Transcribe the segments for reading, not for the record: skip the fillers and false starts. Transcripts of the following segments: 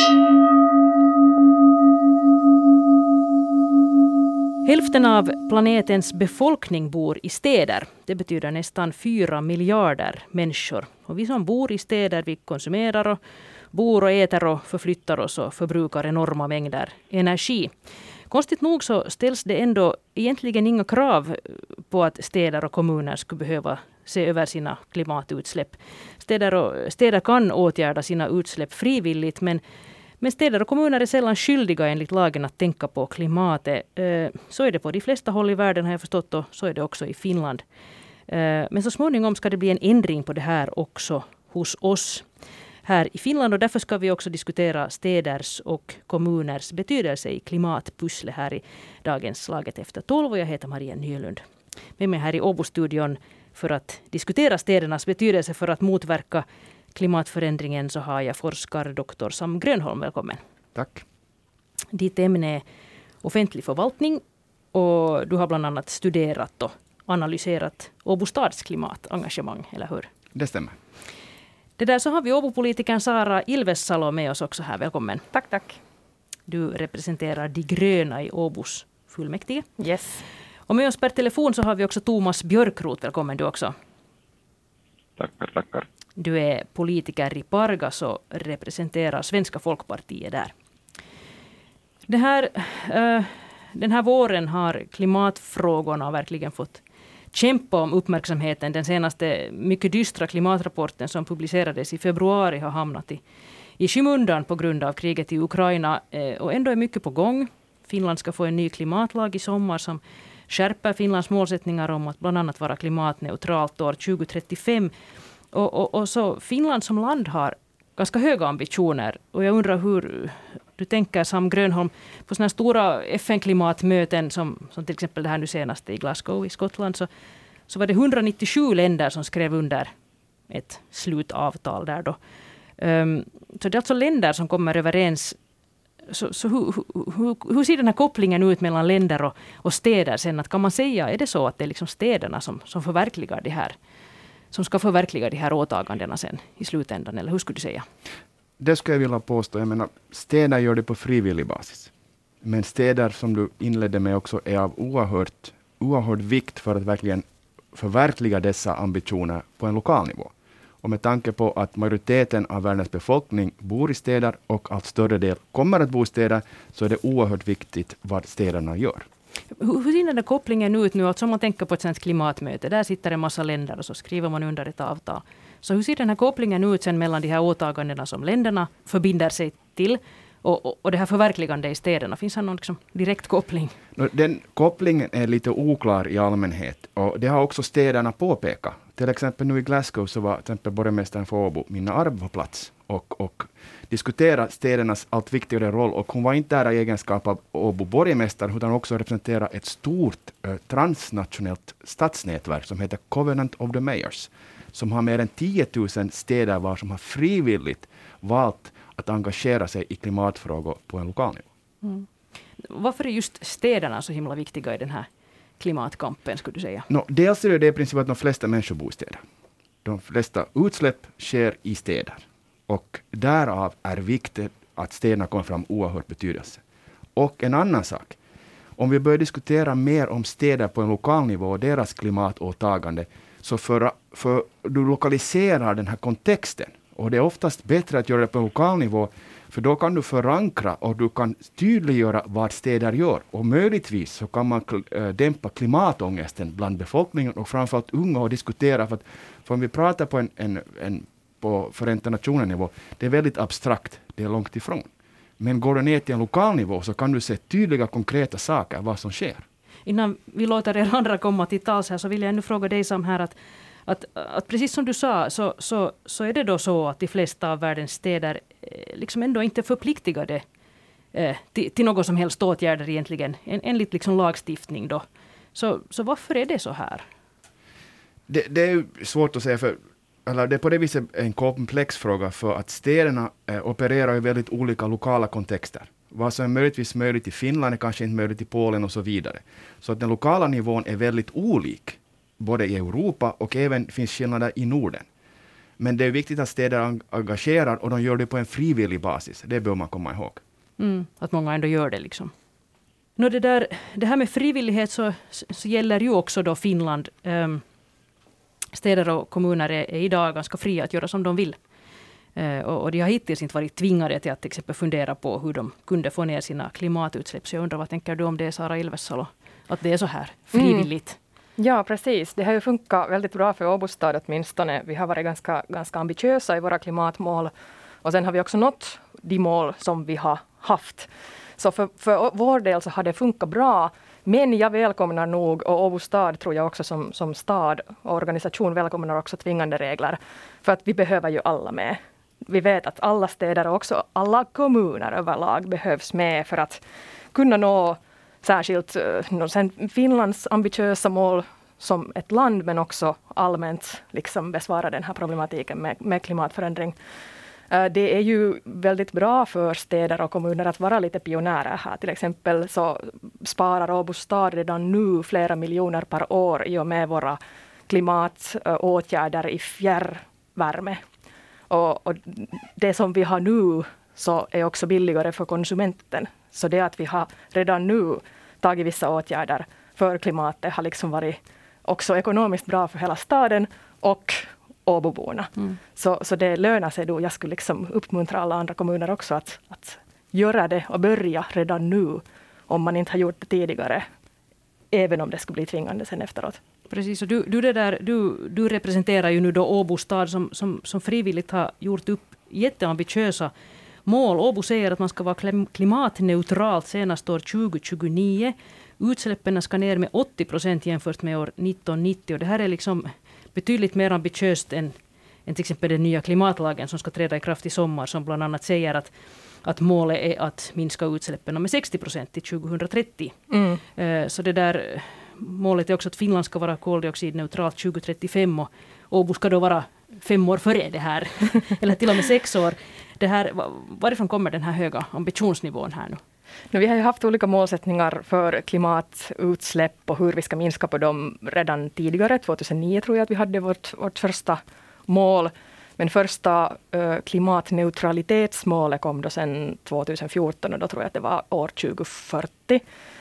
Hälften av planetens befolkning bor i städer. Det betyder nästan 4 miljarder människor. Och vi som bor i städer, vi konsumerar och bor och äter och förflyttar oss och förbrukar enorma mängder energi. Konstigt nog så ställs det ändå egentligen inga krav på att städer och kommuner skulle behöva se över sina klimatutsläpp. Städer kan åtgärda sina utsläpp frivilligt, men städer och kommuner är sällan skyldiga enligt lagen att tänka på klimatet. Så är det på de flesta håll i världen, har jag förstått, och så är det också i Finland. Men så småningom ska det bli en ändring på det här också hos oss här i Finland, och därför ska vi också diskutera städers och kommuners betydelse i klimatpusslet här i dagens Slaget efter 12. Och jag heter Maria Nylund. Med mig här i Åbo-studion för att diskutera städernas betydelse för att motverka klimatförändringen så har jag forskardoktor Sam Grönholm. Välkommen. Tack. Ditt ämne är offentlig förvaltning och du har bland annat studerat och analyserat Åbo stads klimatengagemang, eller hur? Det stämmer. Det där, så har vi Åbo-politikern Sara Ilvessalo med oss också här. Välkommen. Tack, tack. Du representerar De gröna i Åbos fullmäktige. Yes. Och med oss per telefon så har vi också Thomas Björkrot. Välkommen du också. Tackar. Du är politiker i Pargas och representerar Svenska folkpartiet där. Den här våren har klimatfrågorna verkligen fått kämpa om uppmärksamheten. Den senaste mycket dystra klimatrapporten som publicerades i februari har hamnat i skymundan på grund av kriget i Ukraina. Och ändå är mycket på gång. Finland ska få en ny klimatlag i sommar som skärper Finlands målsättningar om att bland annat vara klimatneutralt år 2035. Och så Finland som land har ganska höga ambitioner. Och jag undrar hur du tänker, Sam Grönholm, på sådana stora FN-klimatmöten som till exempel det här nu senaste i Glasgow i Skottland, så var det 197 länder som skrev under ett slutavtal där då. Så det är alltså länder som kommer överens. Så hur ser den här kopplingen ut mellan länder och städer sen? Att kan man säga, är det så att det är liksom städerna som förverkligar det här, som ska förverkliga de här åtagandena sen i slutändan, eller hur skulle du säga? Det skulle jag vilja påstå. Jag menar, städer gör det på frivillig basis. Men städer, som du inledde med också, är av oerhört vikt för att verkligen förverkliga dessa ambitioner på en lokal nivå. Och med tanke på att majoriteten av världens befolkning bor i städer och allt större del kommer att bo i städer, så är det oerhört viktigt vad städerna gör. Hur ser den där kopplingen ut nu? Att om man tänker på ett sådant klimatmöte, där sitter en massa länder och så skriver man under ett avtal. Så hur ser den här kopplingen ut sen mellan de här åtagandena som länderna förbinder sig till och det här förverkligande i städerna? Finns det någon liksom direkt koppling? Den kopplingen är lite oklar i allmänhet, och det har också städerna påpekat. Till exempel nu i Glasgow så var till exempel borgmästaren för Åbo, Minna Arv, på plats och diskutera städernas allt viktigare roll. Och hon var inte där i egenskap av Åbo borgmästare, utan också representerar ett stort transnationellt stadsnätverk som heter Covenant of the Mayors, som har mer än 10 000 städer var som har frivilligt valt att engagera sig i klimatfrågor på en lokal nivå. Mm. Varför är just städerna så himla viktiga i den här klimatkampen, skulle du säga? Dels är det i princip att de flesta människor bor i städer. De flesta utsläpp sker i städer. Och därav är viktigt att städerna kommer fram oerhört betydelse. Och en annan sak. Om vi börjar diskutera mer om städer på en lokal nivå och deras klimatåtagande, så för du lokaliserar den här kontexten. Och det är oftast bättre att göra det på en lokal nivå, för då kan du förankra och du kan tydliggöra vad städer gör. Och möjligtvis så kan man dämpa klimatångesten bland befolkningen och framförallt unga och diskutera. För om vi pratar på på Förenta Nationerna-nivå, det är väldigt abstrakt, det är långt ifrån. Men går du ner till en lokal nivå så kan du se tydliga, konkreta saker, vad som sker. Innan vi låter er andra komma till tals här, så vill jag ännu fråga dig, Sam, här att precis som du sa så är det då så att de flesta av världens städer liksom ändå inte är förpliktigade till något som helst åtgärder egentligen, enligt liksom lagstiftning då. Så varför är det så här? Det är ju svårt att säga, eller det är på det viset en komplex fråga, för att städerna opererar i väldigt olika lokala kontexter. Vad som är möjligtvis möjligt i Finland är kanske inte möjligt i Polen och så vidare. Så att den lokala nivån är väldigt olik, både i Europa och även finns skillnader i Norden. Men det är viktigt att städer engagerar och de gör det på en frivillig basis. Det bör man komma ihåg. Att många ändå gör det liksom. Det här med frivillighet så gäller ju också då Finland. Städer och kommuner är idag ganska fria att göra som de vill. Och de har hittills inte varit tvingade till att till exempel fundera på hur de kunde få ner sina klimatutsläpp. Så jag undrar, vad tänker du om det, Sara Ilvessalo? Att det är så här frivilligt. Ja, precis. Det har ju funkat väldigt bra för Åbo stad åtminstone. Vi har varit ganska ambitiösa i våra klimatmål. Och sen har vi också nått de mål som vi har haft. Så för vår del så har det funkat bra. Men jag välkomnar nog, och Åbo stad tror jag också som stad och organisation välkomnar också tvingande regler. För att vi behöver ju alla med. Vi vet att alla städer och också alla kommuner överlag behövs med för att kunna nå särskilt Finlands ambitiösa mål som ett land, men också allmänt liksom besvara den här problematiken med klimatförändring. Det är ju väldigt bra för städer och kommuner att vara lite pionjärer här. Till exempel så sparar Åbo stad redan nu flera miljoner per år i och med våra klimatåtgärder i fjärrvärme. Och det som vi har nu så är också billigare för konsumenten. Så det att vi har redan nu tagit vissa åtgärder för klimatet har liksom varit också ekonomiskt bra för hela staden och Åboborna. Så det lönar sig då. Jag skulle liksom uppmuntra alla andra kommuner också att göra det och börja redan nu om man inte har gjort det tidigare. Även om det skulle bli tvingande sen efteråt. Precis, och du representerar ju nu då Åbo stad som frivilligt har gjort upp jätteambitiösa mål. Åbo säger att man ska vara klimatneutralt senast år 2029. Utsläppen ska ner med 80% jämfört med år 1990. Och det här är liksom betydligt mer ambitiöst än till exempel den nya klimatlagen som ska träda i kraft i sommar, som bland annat säger att målet är att minska utsläppen med 60% till 2030. Så det där målet är också att Finland ska vara koldioxidneutralt 2035 och Åbo ska då vara 5 år före det här, eller till och med 6 år. Varifrån kommer den här höga ambitionsnivån här nu? Vi har ju haft olika målsättningar för klimatutsläpp och hur vi ska minska på dem redan tidigare. 2009 tror jag att vi hade vårt första mål. Men första klimatneutralitetsmålet kom då sedan 2014 och då tror jag att det var år 2040.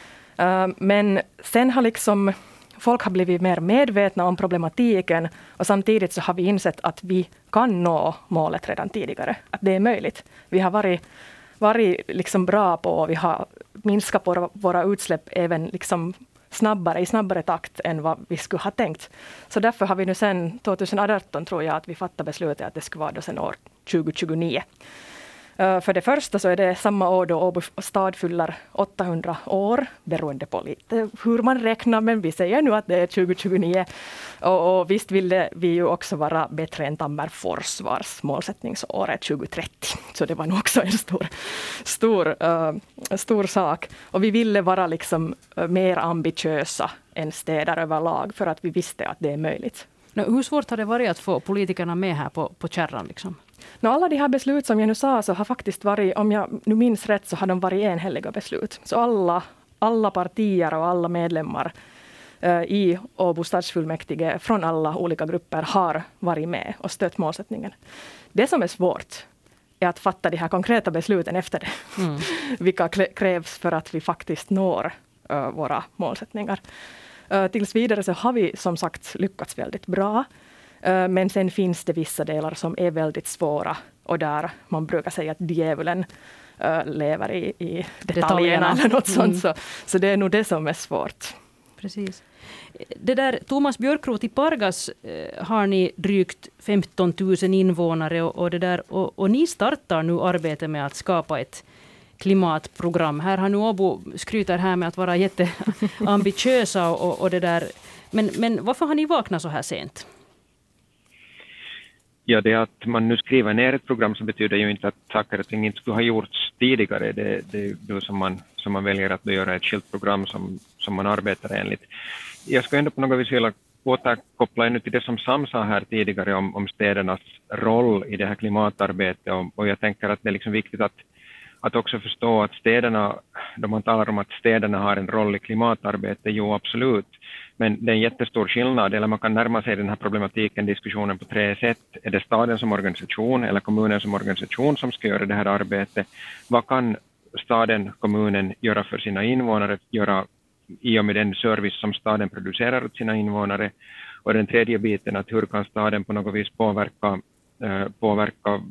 Men sen har liksom folk har blivit mer medvetna om problematiken och samtidigt så har vi insett att vi kan nå målet redan tidigare. Att det är möjligt. Vi har varit liksom bra på, vi har minskat på våra utsläpp även liksom i snabbare takt än vad vi skulle ha tänkt. Så därför har vi nu sen 2018 tror jag att vi fattar beslutet att det skulle vara då sen år 2029. För det första så är det samma år då Åbo stad fyller 800 år, beroende på lite hur man räknar, men vi säger nu att det är 2029. Och visst ville vi ju också vara bättre än Tammerfors, vars målsättningsår är 2030. Så det var nog också en stor sak. Och vi ville vara liksom mer ambitiösa än städer överlag för att vi visste att det är möjligt. Hur svårt har det varit att få politikerna med här på kärran liksom? Alla de här beslut som jag nu sa så har faktiskt varit, om jag nu minns rätt, så har de varit enhälliga beslut. Så alla partier och alla medlemmar i Åbo stadsfullmäktige från alla olika grupper har varit med och stött målsättningen. Det som är svårt är att fatta de här konkreta besluten efter det. Vilka krävs för att vi faktiskt når våra målsättningar. Tills vidare så har vi som sagt lyckats väldigt bra. Men sen finns det vissa delar som är väldigt svåra och där man brukar säga att djävulen lever i detaljerna eller något sånt. Så det är nog det som är svårt. Precis. Det där, Thomas Björkroth, i Pargas har ni drygt 15 000 invånare och ni startar nu arbetet med att skapa ett klimatprogram. Här har nu Åbo skryter här med att vara jätteambitiösa och det där. Men varför har ni vaknat så här sent? Ja, det att man nu skriver ner ett program så betyder ju inte att saker och ting inte skulle ha gjorts tidigare. Det är då som man väljer att göra ett skilt program som man arbetar enligt. Jag ska ändå på något vis vilja återkoppla ännu till det som Sam sa här tidigare om städernas roll i det här klimatarbetet. Och jag tänker att det är liksom viktigt att också förstå att städerna, då man talar om att städerna har en roll i klimatarbete, jo absolut. Men det är en jättestor skillnad, eller man kan närma sig den här problematiken, diskussionen på 3 sätt. Är det staden som organisation eller kommunen som organisation som ska göra det här arbetet? Vad kan staden, kommunen göra för sina invånare, göra i och med den service som staden producerar åt sina invånare? Och den tredje biten, att hur kan staden på något vis påverka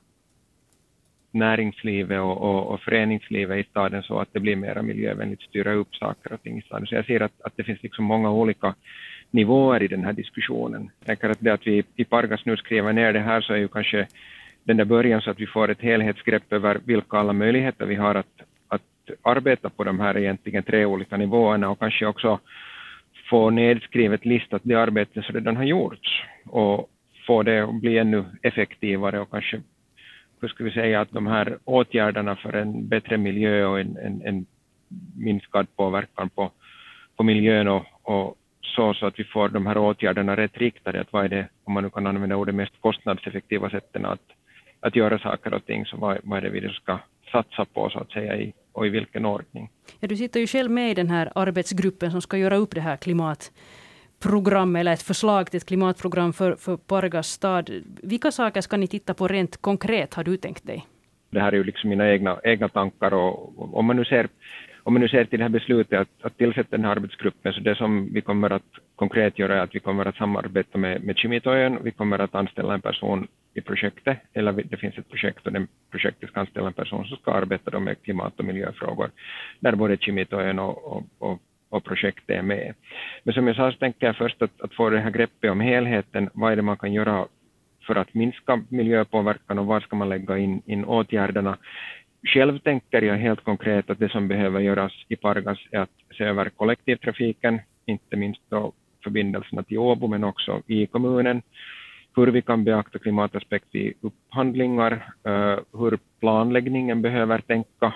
näringslivet och föreningslivet i staden så att det blir mer miljövänligt, styra upp saker och ting i staden. Så jag ser att det finns liksom många olika nivåer i den här diskussionen. Jag tänker att det att vi i Pargas nu skriver ner det här så är ju kanske den där början så att vi får ett helhetsgrepp över vilka alla möjligheter vi har att arbeta på de här egentligen 3 olika nivåerna och kanske också få nedskrivet listat det arbete som redan har gjorts och få det att bli ännu effektivare och kanske, hur ska vi säga, att de här åtgärderna för en bättre miljö och en minskad påverkan på miljön och så att vi får de här åtgärderna rätt riktade, att vad är det, om man nu kan använda ordet, mest kostnadseffektiva sätten att göra saker och ting, så vad är det vi ska satsa på så att säga och i vilken ordning. Ja, du sitter ju själv med i den här arbetsgruppen som ska göra upp det här klimatprogram eller ett förslag till ett klimatprogram för Pargas stad. Vilka saker ska ni titta på rent konkret, har du tänkt dig? Det här är ju liksom mina egna tankar och om man nu ser till det här beslutet att tillsätta den här arbetsgruppen, så det som vi kommer att konkret göra är att vi kommer att samarbeta med Kemitojen. Vi kommer att anställa en person i projektet, eller det finns ett projekt och den projektet ska anställa en person som ska arbeta med klimat- och miljöfrågor, där både Kemitojen och projektet är med. Men som jag sa så tänker jag först att få det här greppet om helheten, vad är det man kan göra för att minska miljöpåverkan och var ska man lägga in åtgärderna. Själv tänker jag helt konkret att det som behöver göras i Pargas är att se över kollektivtrafiken, inte minst då förbindelserna till Åbo men också i kommunen. Hur vi kan beakta klimataspekt i upphandlingar, hur planläggningen behöver tänka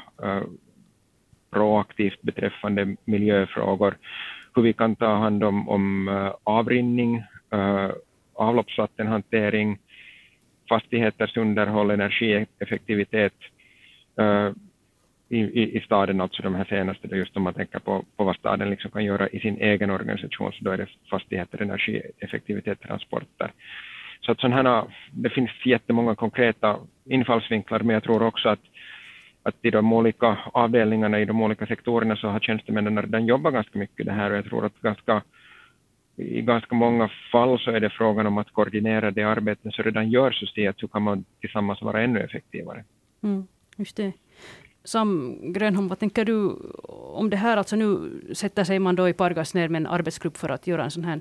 proaktivt beträffande miljöfrågor, hur vi kan ta hand om avrinning, avloppsvattenhantering, fastigheters underhåll, energieffektivitet i staden, alltså de här senaste, just om man tänker på vad staden liksom kan göra i sin egen organisation, så då är det fastigheter, energieffektivitet, transporter. Så att det finns jättemånga konkreta infallsvinklar, men jag tror också att i de olika avdelningarna, i de olika sektorerna så har tjänstemännen redan jobbat ganska mycket det här, och jag tror att i ganska många fall så är det frågan om att koordinera det arbeten som redan görs och se att hur kan man tillsammans vara ännu effektivare. Just det. Sam Grönholm, vad tänker du om det här? Alltså nu sätter sig man då i Pargas ner med en arbetsgrupp för att göra en sån här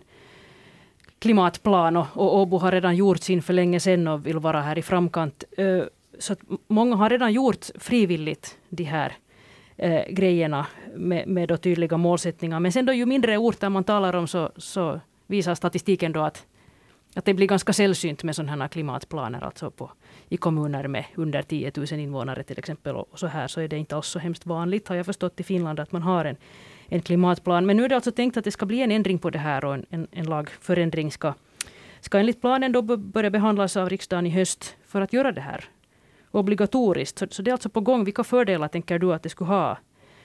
klimatplan, och Åbo har redan gjort sin för länge sedan och vill vara här i framkant. Så att många har redan gjort frivilligt de här grejerna med då tydliga målsättningar. Men sen då ju mindre orter man talar om så visar statistiken då att det blir ganska sällsynt med sådana här klimatplaner, alltså i kommuner med under 10 000 invånare till exempel. Och så här så är det inte alls så hemskt vanligt, har jag förstått, i Finland att man har en klimatplan. Men nu är det alltså tänkt att det ska bli en ändring på det här, och en lagförändring ska enligt planen då börja behandlas av riksdagen i höst för att göra det här obligatoriskt. Så det är alltså på gång. Vilka fördelar tänker du att det skulle ha?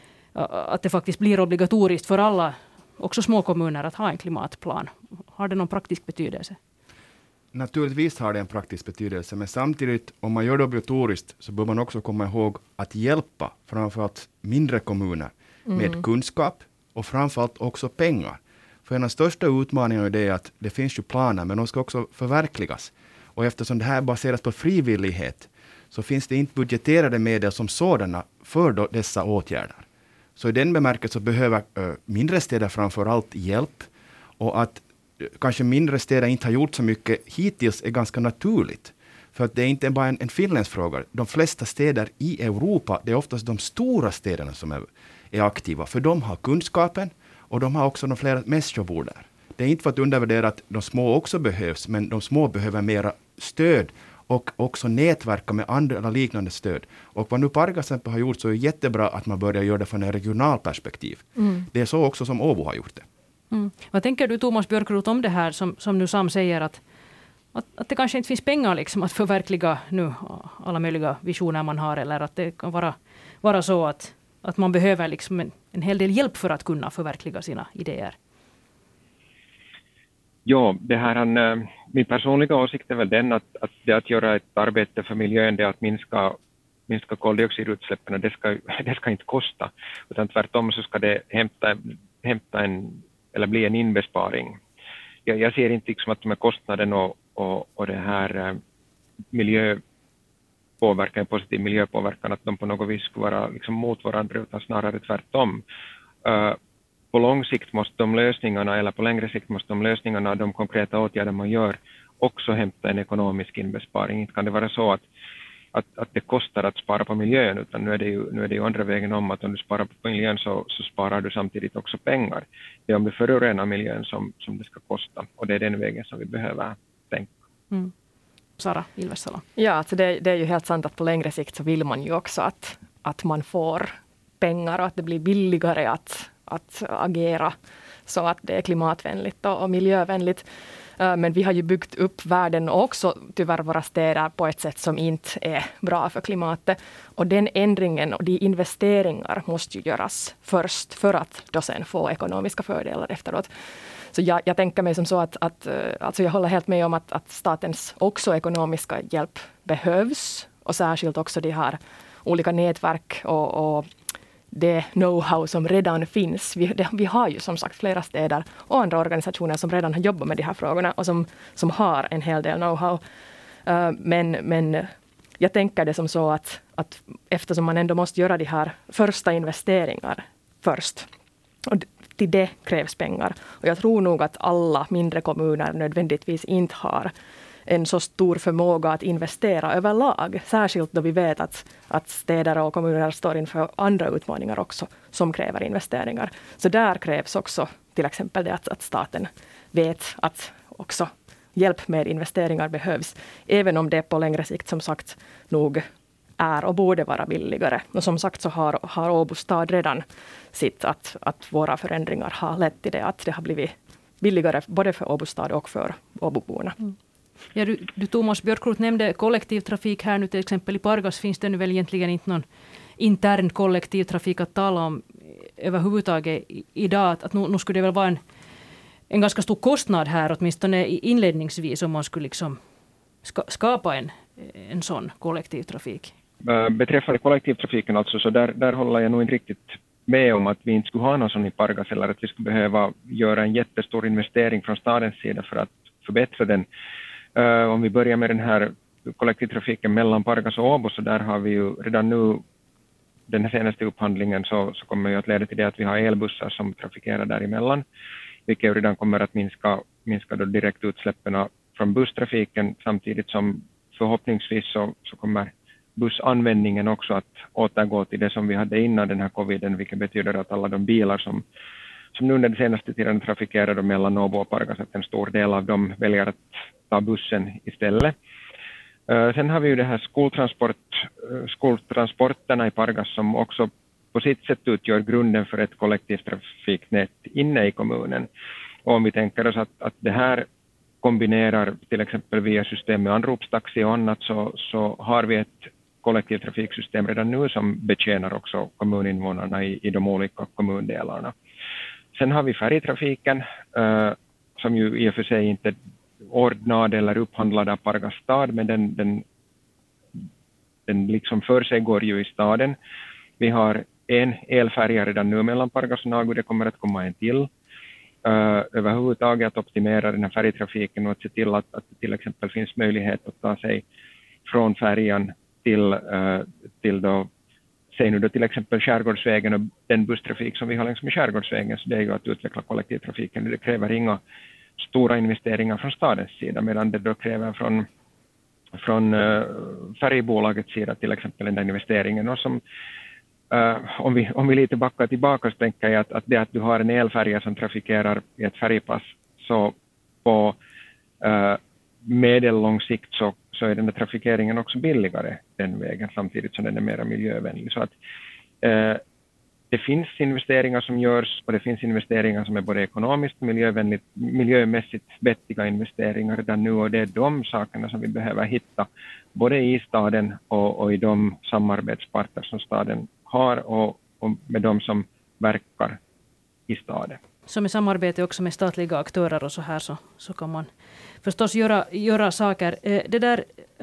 Att det faktiskt blir obligatoriskt för alla, också små kommuner, att ha en klimatplan. Har det någon praktisk betydelse? Naturligtvis har det en praktisk betydelse, men samtidigt om man gör det obligatoriskt så bör man också komma ihåg att hjälpa framförallt mindre kommuner med kunskap och framförallt också pengar. För en av de största utmaningarna är det att det finns ju planer, men de ska också förverkligas. Och eftersom det här baseras på frivillighet så finns det inte budgeterade medel som sådana för dessa åtgärder. Så i den bemärkelsen behöver mindre städer framförallt hjälp, och att kanske mindre städer inte har gjort så mycket hittills är ganska naturligt. För att det är inte bara en finländsk fråga. De flesta städer i Europa, det är oftast de stora städerna som är aktiva. För de har kunskapen och de har också de flera människor bor där. Det är inte för att undervärdera att de små också behövs, men de små behöver mera stöd och också nätverka med andra liknande stöd. Och vad nu Pargas har gjort så är det jättebra att man börjar göra det från en regional perspektiv. Det är så också som Åbo har gjort det. Vad tänker du, Thomas Björkrot, om det här som nu Sam säger, att att det kanske inte finns pengar liksom att förverkliga nu alla möjliga visioner man har, eller att det kan vara så att man behöver liksom en hel del hjälp för att kunna förverkliga sina idéer. Ja, min personliga åsikt är väl den att det att göra ett arbete för miljön, det att minska koldioxidutsläppen, det ska inte kosta, utan tvärtom så ska det hämta eller bli en inbesparing. Jag ser inte liksom att de här kostnaden och det här miljöpåverkan, positiv miljöpåverkan, att de på något vis skulle vara liksom mot varandra, utan snarare tvärtom. På lång sikt måste de lösningarna, eller på längre sikt måste de lösningarna, de konkreta åtgärder man gör, också hämta en ekonomisk inbesparing. Inte kan det vara så att det kostar att spara på miljön, utan nu är det ju andra vägen om, att om du sparar på miljön så sparar du samtidigt också pengar. Det är om du förorenar miljön som det ska kosta, och det är den vägen som vi behöver tänka. Sara Ilvesala. Ja, alltså det är ju helt sant att på längre sikt så vill man ju också att man får pengar och att det blir billigare att agera så att det är klimatvänligt och miljövänligt. Men vi har ju byggt upp världen och också tyvärr våra städer på ett sätt som inte är bra för klimatet. Och den ändringen och de investeringar måste ju göras först för att då sen få ekonomiska fördelar efteråt. Så jag tänker mig som så att alltså jag håller helt med om att statens också ekonomiska hjälp behövs. Och särskilt också de här olika nätverk och det know-how som redan finns. Vi har ju som sagt flera städer och andra organisationer som redan har jobbat med de här frågorna och som har en hel del know-how. Men jag tänker det som så att eftersom man ändå måste göra de här första investeringar först, och till det krävs pengar. Och jag tror nog att alla mindre kommuner nödvändigtvis inte har en så stor förmåga att investera överlag. Särskilt då vi vet att städer och kommuner står inför andra utmaningar också som kräver investeringar. Så där krävs också till exempel det att staten vet att också hjälp med investeringar behövs. Även om det på längre sikt som sagt nog är och borde vara billigare. Och som sagt så har Åbo stad redan sett att våra förändringar har lett till det. Att det har blivit billigare både för Åbo stad och för Åboborna. Ja, du Thomas Björkroth nämnde kollektivtrafik här nu till exempel. I Pargas finns det nu väl egentligen inte någon intern kollektivtrafik att tala om överhuvudtaget idag. Att nu skulle det väl vara en ganska stor kostnad här, åtminstone inledningsvis, om man skulle liksom skapa en sån kollektivtrafik. Beträffande kollektivtrafiken alltså, så där håller jag nog inte riktigt med om att vi inte skulle ha någon sån i Pargas, eller att vi skulle behöva göra en jättestor investering från stadens sida för att förbättra den. Om vi börjar med den här kollektivtrafiken mellan Pargas och Åbo, så där har vi ju redan nu den här senaste upphandlingen så kommer ju att leda till det att vi har elbussar som trafikerar däremellan, vilket redan kommer att minska då direktutsläppen från busstrafiken, samtidigt som förhoppningsvis så kommer bussanvändningen också att återgå till det som vi hade innan den här coviden, vilket betyder att alla de bilar som nu under den senaste tiden trafikerar mellan Åbo och Pargas, att en stor del av dem väljer att ta bussen istället. Sen har vi ju det här skoltransporterna i Pargas som också på sitt sätt utgör grunden för ett kollektivtrafiknät inne i kommunen. Och om vi tänker oss att det här kombinerar till exempel via system med anropstaxi och annat, så har vi ett kollektivtrafiksystem redan nu som betjänar också kommuninvånarna i de olika kommundelarna. Sen har vi färjetrafiken som ju i och för sig inte är ordnad eller upphandlad av Pargas stad, men den liksom för sig går ju i staden. Vi har en elfärja redan nu mellan Pargas och Nagu, det kommer att komma en till. Överhuvudtaget att optimera den här färjetrafiken och att se till att det till exempel finns möjlighet att ta sig från färjan till då, säg nu då till exempel Skärgårdsvägen och den busstrafik som vi har längs med Skärgårdsvägen, så det är ju att utveckla kollektivtrafiken. Det kräver inga stora investeringar från stadens sida, medan det då kräver från färjbolagets sida till exempel den där investeringen. Och som, om vi lite backar tillbaka, så tänker jag att det att du har en elfärja som trafikerar i ett färjepass, så på medellång sikt så är den där trafikeringen också billigare den vägen, samtidigt som den är mer miljövänlig. Så att det finns investeringar som görs och det finns investeringar som är både ekonomiskt och miljömässigt vettiga investeringar redan nu, och det är de sakerna som vi behöver hitta både i staden och i de samarbetspartner som staden har och med de som verkar i staden. Som i samarbete också med statliga aktörer och så här så kan man förstås göra saker. Det där,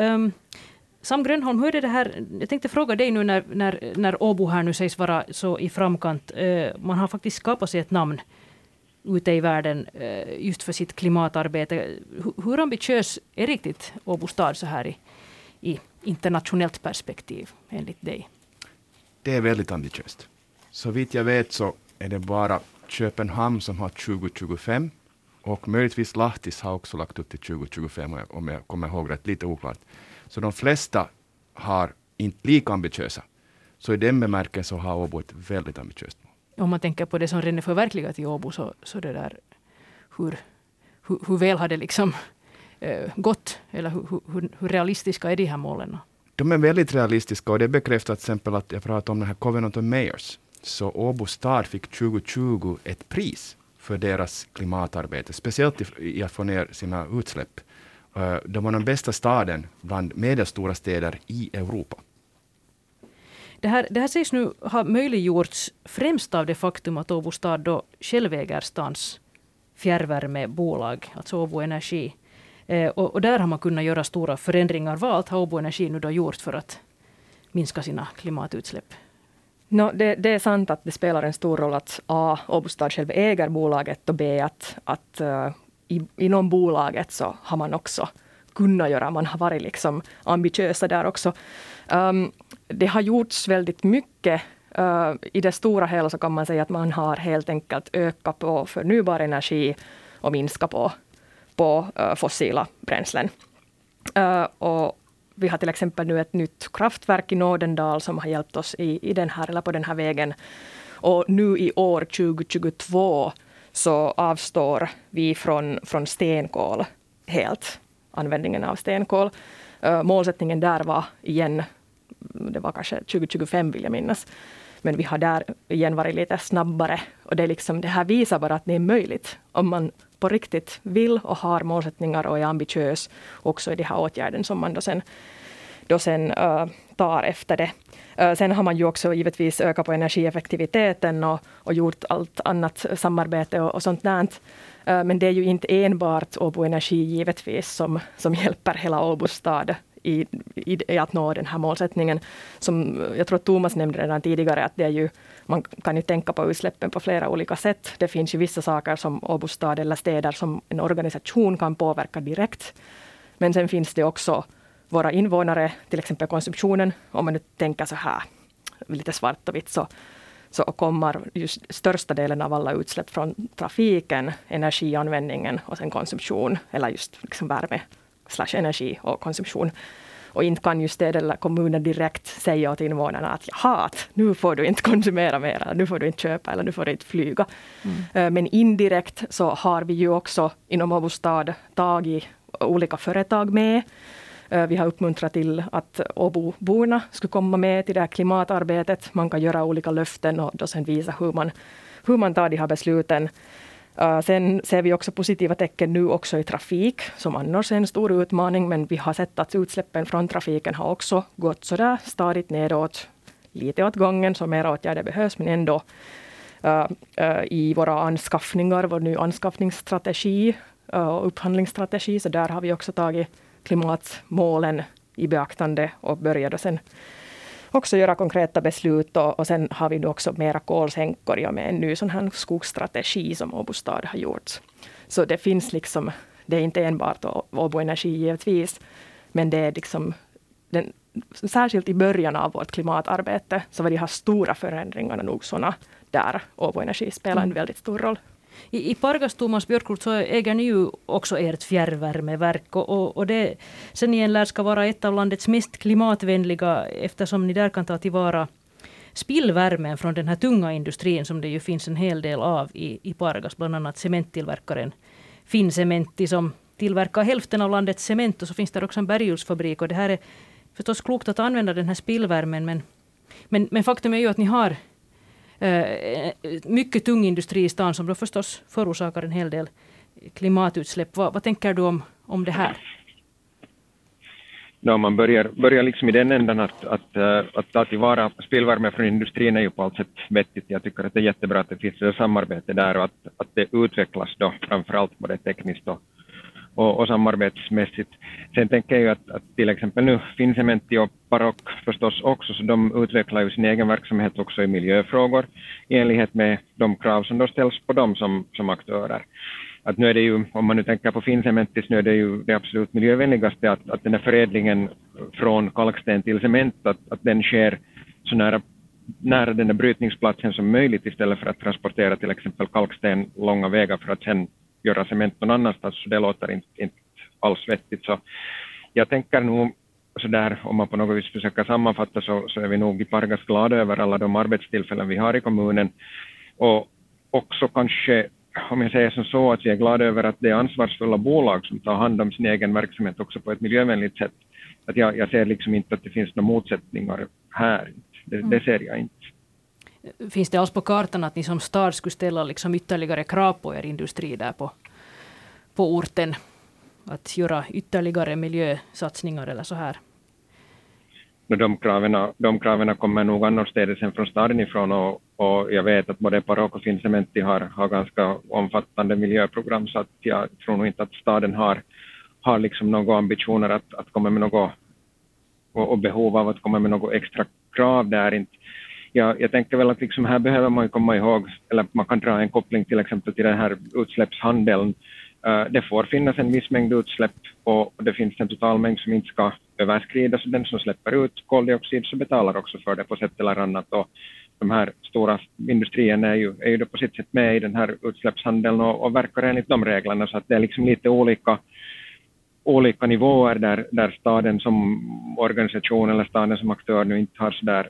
Sam Grönholm, hur är det här? Jag tänkte fråga dig nu när Åbo här nu sägs vara så i framkant. Man har faktiskt skapat sig ett namn ute i världen just för sitt klimatarbete. Hur ambitiös är riktigt Åbo stad så här i internationellt perspektiv enligt dig? Det är väldigt ambitiöst. Så vitt jag vet så är det bara Köpenhamn som har 2025 och möjligtvis Lahtis har också lagt upp till 2025 om jag kommer ihåg rätt, lite oklart. Så de flesta har inte lika ambitiösa. Så i den bemärkelsen har Åbo ett väldigt ambitiöst mål. Om man tänker på det som redan är förverkligat i Åbo så det där, hur väl har det liksom gått? Eller hur realistiska är de här målen? De är väldigt realistiska och det bekräftar till exempel att jag pratade om den här Covenant of Mayors. Så Åbo stad fick 2020 ett pris för deras klimatarbete, speciellt i att få ner sina utsläpp. De var den bästa staden bland medelstora städer i Europa. Det här sägs nu ha möjliggjorts främst av det faktum att Åbo stad då själv äger stans fjärrvärmebolag, alltså Åbo Energi. Och där har man kunnat göra stora förändringar. Vad allt har Åbo Energi nu då gjort för att minska sina klimatutsläpp? Det är sant att det spelar en stor roll att A, Åbo stad själv äger bolaget och B, att inom bolaget så har man också kunnat göra, man har varit liksom ambitiösa där också. Det har gjorts väldigt mycket. I det stora hela så kan man säga att man har helt enkelt ökat på förnybar energi och minskat på fossila bränslen. Och vi har till exempel nu ett nytt kraftverk i Nordendal som har hjälpt oss i den här, eller på den här vägen. Och nu i år 2022 så avstår vi från stenkol helt, användningen av stenkol. Målsättningen där var igen, det var kanske 2025 vill jag minnas, men vi har där igen varit lite snabbare. Och det här visar bara att det är möjligt om man på riktigt vill och har målsättningar och är ambitiös också i de här åtgärden som man då sen tar efter det. Sen har man ju också givetvis ökat på energieffektiviteten och gjort allt annat samarbete och sånt där. Men det är ju inte enbart Åbo Energi givetvis som hjälper hela Åbo stad i att nå den här målsättningen. Som jag tror att Thomas nämnde redan tidigare, att det är ju, man kan ju tänka på utsläppen på flera olika sätt. Det finns ju vissa saker som Åbo stad eller städer som en organisation kan påverka direkt. Men sen finns det också våra invånare, till exempel konsumtionen. Om man nu tänker så här, lite svart och vitt, så kommer just största delen av alla utsläpp från trafiken, energianvändningen och sen konsumtion, eller just liksom värme / energi och konsumtion. Och inte kan ju städer eller kommuner direkt säga åt invånarna att nu får du inte konsumera mer, eller nu får du inte köpa, eller nu får du inte flyga. Men indirekt så har vi ju också inom Åbo stad tagit olika företag med. Vi har uppmuntrat till att Åboborna skulle komma med till det här klimatarbetet. Man kan göra olika löften och då sen visa hur man tar de här besluten. Sen ser vi också positiva tecken nu också i trafik, som annars är en stor utmaning, men vi har sett att utsläppen från trafiken har också gått sådär stadigt nedåt, lite åt gången, så mer åtgärder behövs, men ändå i våra anskaffningar, vår ny anskaffningsstrategi och upphandlingsstrategi, så där har vi också tagit klimatmålen i beaktande och började sen också göra konkreta beslut, och sen har vi då också mera kolsänkor med en ny sån här skogsstrategi som Åbo stad har gjort. Så det finns liksom, det är inte enbart Åbo Energi givetvis, men det är liksom särskilt i början av vårt klimatarbete så var de här stora förändringarna nog sådana där Åbo Energi spelar en väldigt stor roll. I Pargas, Thomas Björkroth, så äger ni ju också ert fjärrvärmeverk och det sen igen lär ska vara ett av landets mest klimatvänliga, eftersom ni där kan ta tillvara spillvärmen från den här tunga industrin som det ju finns en hel del av i Pargas, bland annat cementtillverkaren Finnsementi som tillverkar hälften av landets cement, och så finns det också en berggjordsfabrik, och det här är förstås klokt att använda den här spillvärmen, men faktum är ju att ni har mycket tung industri i stan som då förstås förorsakar en hel del klimatutsläpp. Vad tänker du om det här? Om man börjar liksom i den ändan att ta tillvara spillvärme från industrin är ju på allt sätt vettigt. Jag tycker att det är jättebra att det finns ett samarbete där och att det utvecklas då framförallt både tekniskt och samarbetsmässigt. Sen tänker jag ju att till exempel nu Finnsementi och Paroc förstås också, så de utvecklar ju sin egen verksamhet också i miljöfrågor i enlighet med de krav som då ställs på dem som aktörer. Att nu är det ju, om man nu tänker på Finnsementis, nu är det ju det absolut miljövänligaste att den här förädlingen från kalksten till cement, att den sker så nära den där brytningsplatsen som möjligt istället för att transportera till exempel kalksten långa vägar för att sen göra cement någon annanstans, så det låter inte alls vettigt. Så jag tänker nog så där, om man på något vis försöker sammanfatta så är vi nog i Pargas glada över alla de arbetstillfällen vi har i kommunen, och också kanske, om jag säger som så, att vi är glada över att det är ansvarsfulla bolag som tar hand om sin egen verksamhet också på ett miljövänligt sätt. Att jag ser liksom inte att det finns några motsättningar här. Det ser jag inte. Finns det alls på kartan att ni som stad skulle ställa liksom ytterligare krav på er industri där på orten? Att göra ytterligare miljösatsningar eller så här? De kraven kommer nog annorstädes än från staden ifrån, och jag vet att både Paroc och Finnsementi har ganska omfattande miljöprogram, så att jag tror nog inte att staden har liksom några ambitioner att komma med något och behov av att komma med något extra krav där inte. Jag tänker väl att liksom här behöver man komma ihåg, eller man kan dra en koppling till exempel till den här utsläppshandeln. Det får finnas en viss mängd utsläpp och det finns en total mängd som inte ska överskridas. Den som släpper ut koldioxid så betalar också för det på sätt eller annat. Och de här stora industrierna är ju då på sitt sätt med i den här utsläppshandeln och verkar enligt de reglerna. Så att det är liksom lite olika nivåer där staden som organisation eller staden som aktör nu inte har så där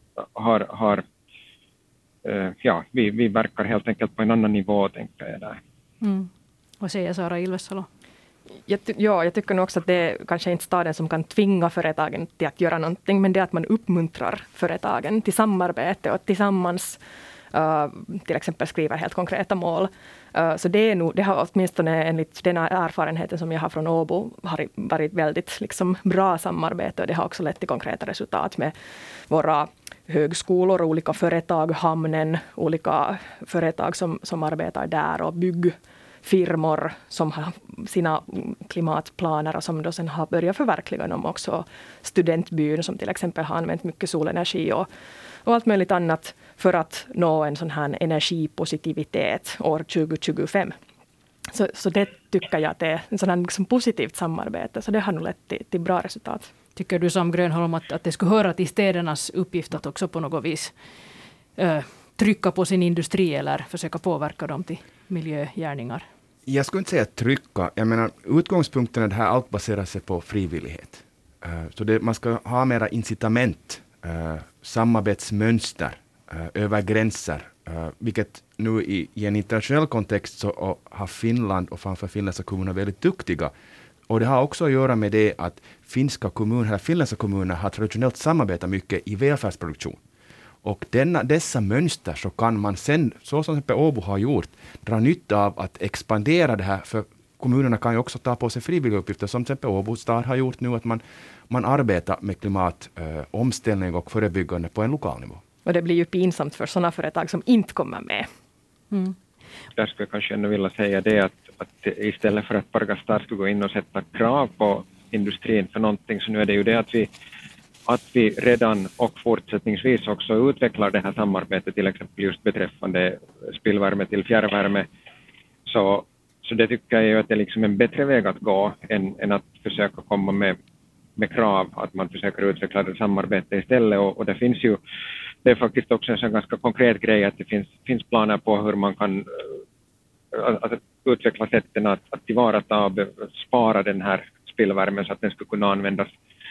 vi verkar helt enkelt på en annan nivå, tänker jag där. Vad säger Sara Ilvessalo? Jag tycker nog också att det är kanske inte staden som kan tvinga företagen till att göra någonting, men det är att man uppmuntrar företagen till samarbete och tillsammans till exempel skriver helt konkreta mål. Så det har åtminstone enligt den erfarenheten som jag har från Åbo har varit väldigt liksom bra samarbete, och det har också lett till konkreta resultat med våra högskolor och olika företag, hamnen, olika företag som arbetar där och byggfirmor som har sina klimatplaner och som då sen har börjat förverkliga dem också. Studentbyn som till exempel har använt mycket solenergi och allt möjligt annat för att nå en sån här energipositivitet år 2025. Så det tycker jag att det är en sån här liksom positivt samarbete, så det har nog lett till bra resultat. Tycker du som Grönholm att det skulle höra till städernas uppgift att också på något vis trycka på sin industri eller försöka påverka dem till miljögärningar? Jag skulle inte säga trycka. Jag menar, utgångspunkten är det här, allt baserar sig på frivillighet. Så man ska ha mera incitament, samarbetsmönster över gränser. Vilket nu i en internationell kontext så har Finland och framför finländska kommuner väldigt duktiga. Och det har också att göra med det att finländska kommuner har traditionellt samarbetat mycket i välfärdsproduktion. Och dessa mönster så kan man sen, så som exempel Åbo har gjort, dra nytta av att expandera det här. För kommunerna kan ju också ta på sig frivilliga uppgifter, som till exempel Åbo stad har gjort nu, att man arbetar med klimatomställning och förebyggande på en lokal nivå. Och det blir ju pinsamt för sådana företag som inte kommer med. Där skulle jag kanske ändå vilja säga det att istället för att Pargas stad skulle gå in och sätta krav på industrin för någonting, så nu är det ju det att vi redan och fortsättningsvis också utvecklar det här samarbetet, till exempel just beträffande spillvärme till fjärrvärme. Så det tycker jag ju att det är liksom en bättre väg att gå än att försöka komma med krav, att man försöker utveckla det samarbete istället. Och det finns ju, det är faktiskt också en sån ganska konkret grej att det finns planer på hur man kan att utveckla sätten att tillvarata och spara den här spillvärmen så att den skulle kunna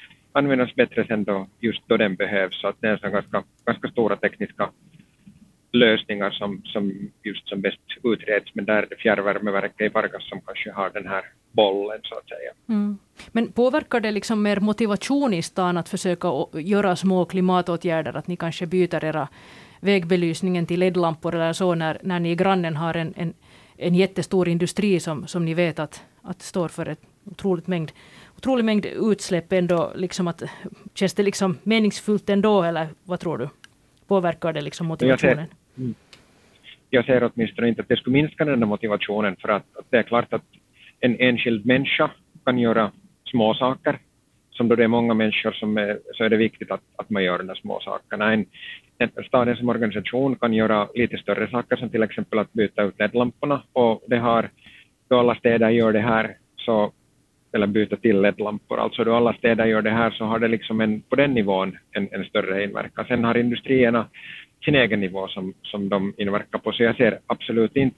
användas bättre sen då, just då den behövs. Så att det är så ganska stora lösningar som just som bäst utreds, men där är det fjärrvärmeverket i Vargas som kanske har den här bollen så att säga. Mm. Men påverkar det liksom mer motivation i stan att försöka göra små klimatåtgärder, att ni kanske byter era vägbelysningen till LED-lampor eller så när ni i grannen har en jättestor industri som ni vet att står för ett otrolig mängd utsläpp ändå, liksom att känns det liksom meningsfullt ändå, eller vad tror du? Påverkar det liksom motivationen? Jag ser åtminstone inte att det skulle minska den motivationen, för att det är klart att en enskild människa kan göra små saker. Som då det är många människor så är det viktigt att man gör de där små sakerna. En staden som organisation kan göra lite större saker, som till exempel att byta ut LED-lamporna. Och det har, då alla städer gör det här, eller byta till LED-lampor. Alltså då alla städer gör det här, så har det liksom på den nivån en större inverkan. Sen har industrierna sin egen nivå som de inverkar på. Så jag ser absolut inte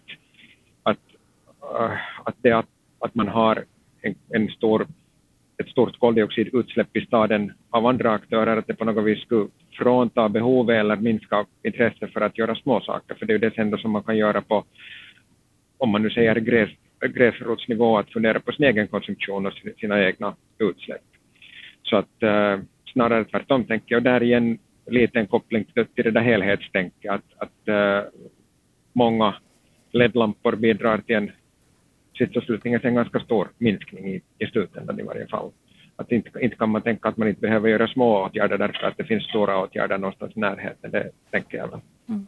att man har ett stort koldioxidutsläpp i staden av andra aktörer, att det på något vis skulle frånta behovet eller minska intresse för att göra små saker. För det är ju det ändå som man kan göra på, om man nu säger gräsrotsnivå, att fundera på sin egen konsumtion och sina egna utsläpp. Så att snarare tvärtom tänker jag, där är en liten koppling till det där helhetstänket, att många LED-lampor bidrar till en slutningen är en ganska stor minskning i slutändan i varje fall. Att inte kan man tänka att man inte behöver göra små åtgärder därför att det finns stora åtgärder någonstans i närheten. Det tänker jag väl. Mm.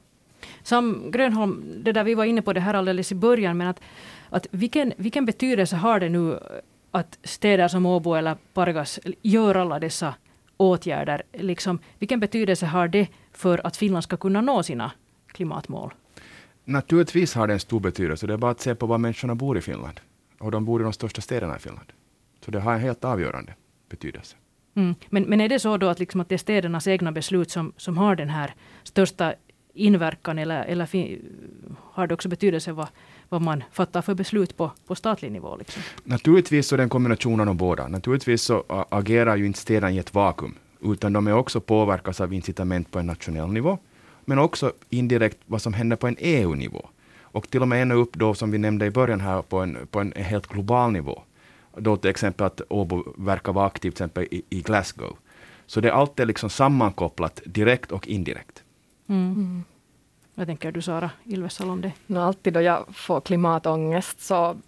Sam Grönholm, det där vi var inne på det här alldeles i början, men att vilken betydelse har det nu att städer som Åbo eller Pargas gör alla dessa åtgärder? Liksom, vilken betydelse har det för att Finland ska kunna nå sina klimatmål? Naturligtvis har det en stor betydelse. Det är bara att se på var människorna bor i Finland. Och de bor i de största städerna i Finland. Så det har en helt avgörande betydelse. Mm. Men är det så då att, liksom att det är städernas egna beslut som har den här största inverkan, eller har det också betydelse vad man fattar för beslut på statlig nivå? Liksom? Naturligtvis så är det en kombination av båda. Naturligtvis så agerar ju inte städerna i ett vakuum, utan de är också påverkas av incitament på en nationell nivå, men också indirekt vad som händer på en EU-nivå. Och till och med ännu upp då, som vi nämnde i början här, på en helt global nivå. Då till exempel att Åbo verkar vara aktivt till exempel i Glasgow. Så det är alltid liksom sammankopplat direkt och indirekt. Mm. Vad tänker du, Sara Ilvesal, om det? Alltid då jag får klimatångest så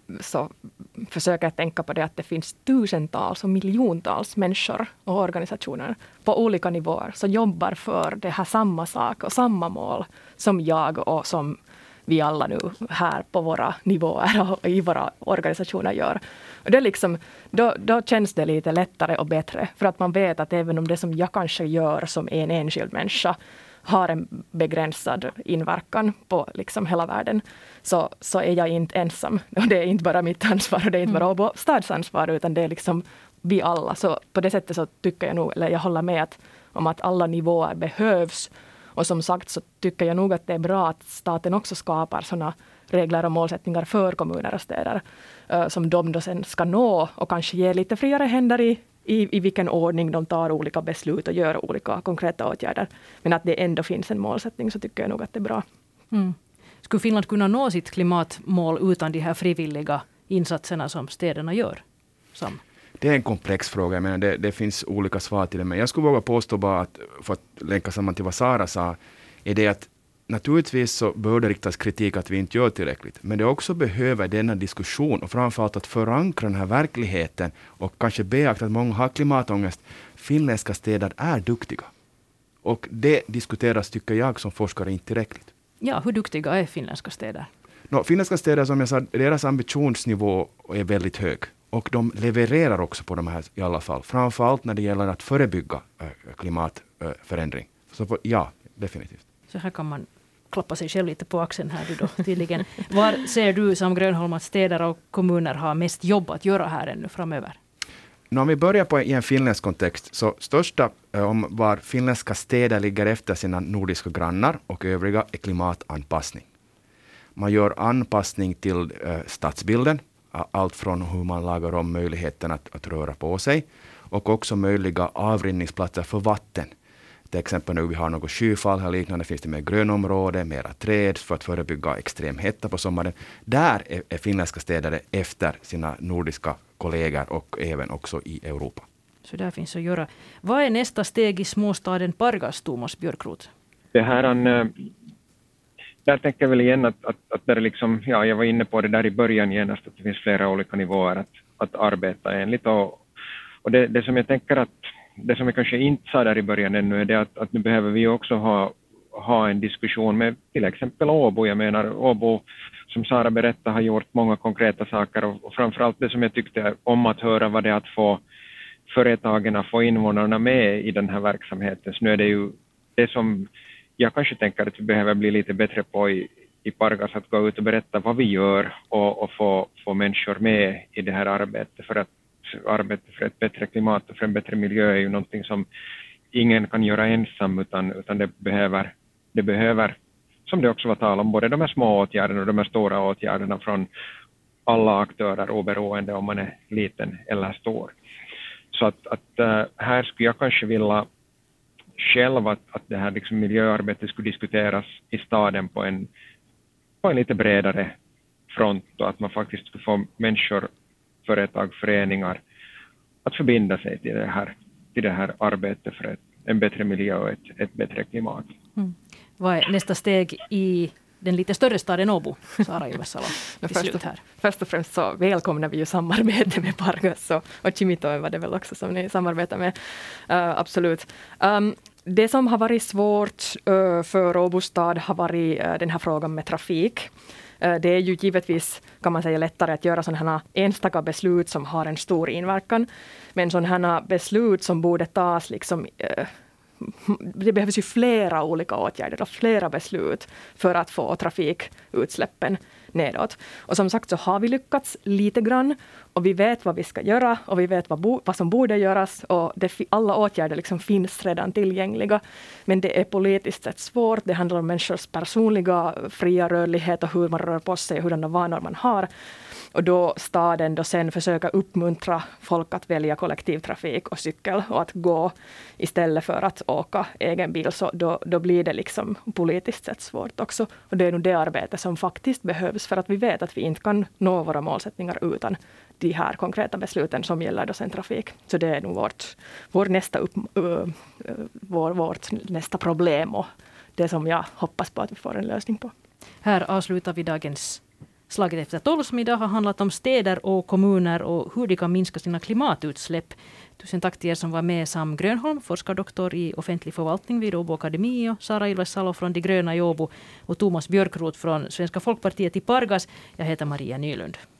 försöker jag tänka på det att det finns tusentals och miljontals människor och organisationer på olika nivåer som jobbar för det här samma sak och samma mål som jag och som vi alla nu här på våra nivåer och i våra organisationer gör. Och det är liksom, då känns det lite lättare och bättre, för att man vet att även om det som jag kanske gör som en enskild människa har en begränsad inverkan på liksom hela världen, så är jag inte ensam. Och det är inte bara mitt ansvar och det är inte bara Åbo stads ansvar, utan det är liksom vi alla. Så på det sättet så tycker jag nog, eller jag håller med om att alla nivåer behövs. Och som sagt så tycker jag nog att det är bra att staten också skapar sådana regler och målsättningar för kommuner och städer som de då sen ska nå, och kanske ge lite friare händer i vilken ordning de tar olika beslut och gör olika konkreta åtgärder. Men att det ändå finns en målsättning, så tycker jag nog att det är bra. Mm. Skulle Finland kunna nå sitt klimatmål utan de här frivilliga insatserna som städerna gör? Sam? Det är en komplex fråga, men det finns olika svar till det. Men jag skulle våga påstå bara att, för att länka samman till vad Sara sa, är det att naturligtvis så bör det riktas kritik att vi inte gör tillräckligt. Men det också behöver denna diskussion och framförallt att förankra den här verkligheten och kanske beakta att många har klimatångest. Finländska städer är duktiga. Och det diskuteras, tycker jag som forskare, inte tillräckligt. Ja, hur duktiga är finländska städer? Finländska städer, som jag sa, deras ambitionsnivå är väldigt hög. Och de levererar också på de här i alla fall. Framförallt när det gäller att förebygga klimatförändring. Så ja, definitivt. Så här kan man klappa sig själv lite på axeln här då, tydligen. Var ser du, Sam Grönholm, att städer och kommuner har mest jobb att göra här ännu framöver? Om vi börjar i en finländsk kontext, så största om var finländska städer ligger efter sina nordiska grannar och övriga är klimatanpassning. Man gör anpassning till stadsbilden, allt från hur man lagar om möjligheten att röra på sig, och också möjliga avrinningsplatser för vatten Till exempel när vi har något skyfall eller liknande finns det mer grönområden, mera träd för att förebygga extrem hetta på sommaren. Där är finländska städer efter sina nordiska kollegor och även också i Europa. Så där finns att göra. Vad är nästa steg i småstaden Pargas, Thomas Björkroth? Det här, där tänker jag väl igen att där är liksom, ja, jag var inne på det där i början genast, att det finns flera olika nivåer att arbeta enligt. Och det som jag tänker att, det som jag kanske inte sa där i början ännu är det att nu behöver vi också ha en diskussion med till exempel Åbo. Jag menar Åbo, som Sara berättade, har gjort många konkreta saker och framförallt det som jag tyckte om att höra var det att få företagen att få invånarna med i den här verksamheten. Så nu är det ju det som jag kanske tänker att vi behöver bli lite bättre på i Pargas, att gå ut och berätta vad vi gör och få människor med i det här arbetet. För att arbeta för ett bättre klimat och för en bättre miljö är ju någonting som ingen kan göra ensam, utan det behöver, som det också var tal om, både de här små åtgärderna och de här stora åtgärderna från alla aktörer, oberoende om man är liten eller stor. Så att här skulle jag kanske vilja själv att det här liksom miljöarbetet skulle diskuteras i staden på en lite bredare front, och att man faktiskt skulle få människor, företag, föreningar att förbinda sig till det här arbetet för en bättre miljö och ett bättre klimat. Mm. Vad är nästa steg i den lite större staden Åbo, Sara Ilvesalo, till slut här? Först och främst så välkomnar vi ju samarbete med Pargas och Kimitoen var det väl också som ni samarbetar med. Absolut. Det som har varit svårt för Åbo stad har varit den här frågan med trafik. Det är ju givetvis, kan man säga, lättare att göra sådana här enstaka beslut som har en stor inverkan. Men sådana här beslut som borde tas liksom, det behövs ju flera olika åtgärder och flera beslut för att få trafikutsläppen nedåt. Och som sagt så har vi lyckats lite grann och vi vet vad vi ska göra och vi vet vad som borde göras och alla åtgärder liksom finns redan tillgängliga. Men det är politiskt sett svårt. Det handlar om människors personliga fria rörlighet och hur man rör på sig och hurdana vanor man har. Och då staden då sen försöka uppmuntra folk att välja kollektivtrafik och cykel och att gå istället för att åka egen bil, så då blir det liksom politiskt sett svårt också. Och det är nog det arbete som faktiskt behövs, för att vi vet att vi inte kan nå våra målsättningar utan de här konkreta besluten som gäller då sen trafik. Så det är nog vårt nästa problem och det som jag hoppas på att vi får en lösning på. Här avslutar vi dagens Slaget efter 12 som idag har handlat om städer och kommuner och hur de kan minska sina klimatutsläpp. Tusen tack till er som var med. Sam Grönholm, forskardoktor i offentlig förvaltning vid Åbo Akademi, och Sara Ilvesalo från De gröna i Åbo och Thomas Björkroth från Svenska folkpartiet i Pargas. Jag heter Maria Nylund.